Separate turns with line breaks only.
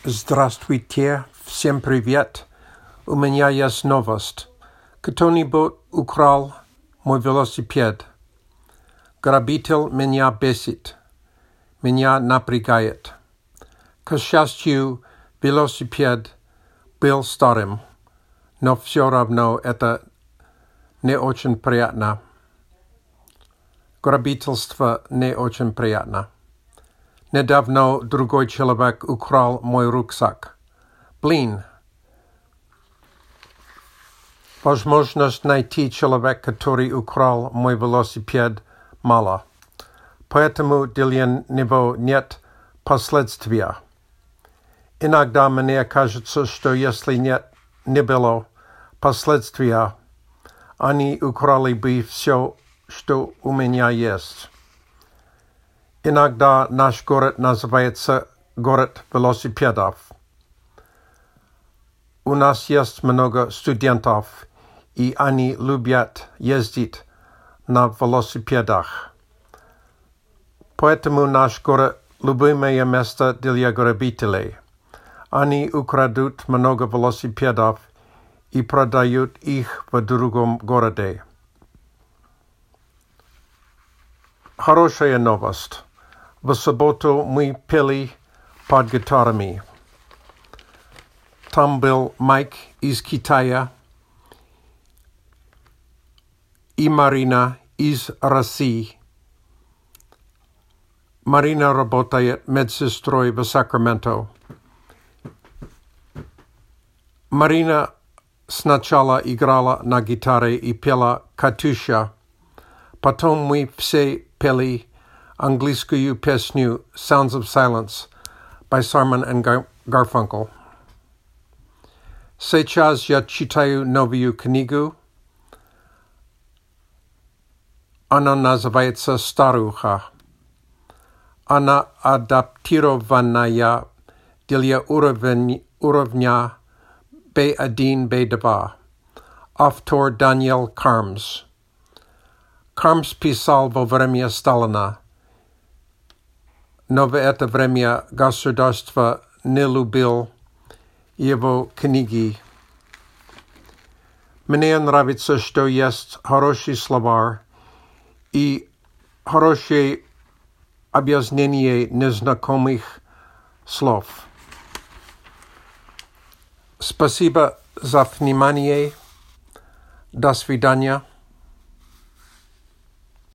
Здравствуйте, всем привет. У меня есть новость. Кто-нибудь украл мой велосипед. Грабитель меня бесит. Меня напрягает. К счастью, велосипед был старым, но все равно это не очень приятно. Грабительство не очень приятно. Недавно другой человек украл мой рюкзак. Блин. Возможность найти человека, который украл мой велосипед, мало. Поэтому для него нет последствия. Иногда мне кажется, что если не было последствия, они украли бы все, что у меня есть. Иногда наш город называется город велосипедов. У нас есть много студентов, и они любят ездить на велосипедах. Поэтому наш город – любимое место для грабителей. Они украдут много велосипедов и продают их в другом городе. Хорошая новость. В субботу мы пели под гитарами. Там был Майк из Китая и Марина из России. Марина работает медсестрой в Сакраменто. Марина сначала играла на гитаре и пела «Катюша». Потом мы все пели английскую песню «Sounds of Silence» by Simon and Garfunkel. Сейчас я читаю новую книгу. Она называется «Старуха». Она адаптированная для уровня B1, B2. Автор Даниэл Кармс. Кармс писал во время Сталина. Но в это время государство не любил его книги. Мне нравится, что есть хороший словарь и хорошее объяснение незнакомых слов. Спасибо за внимание. До свидания.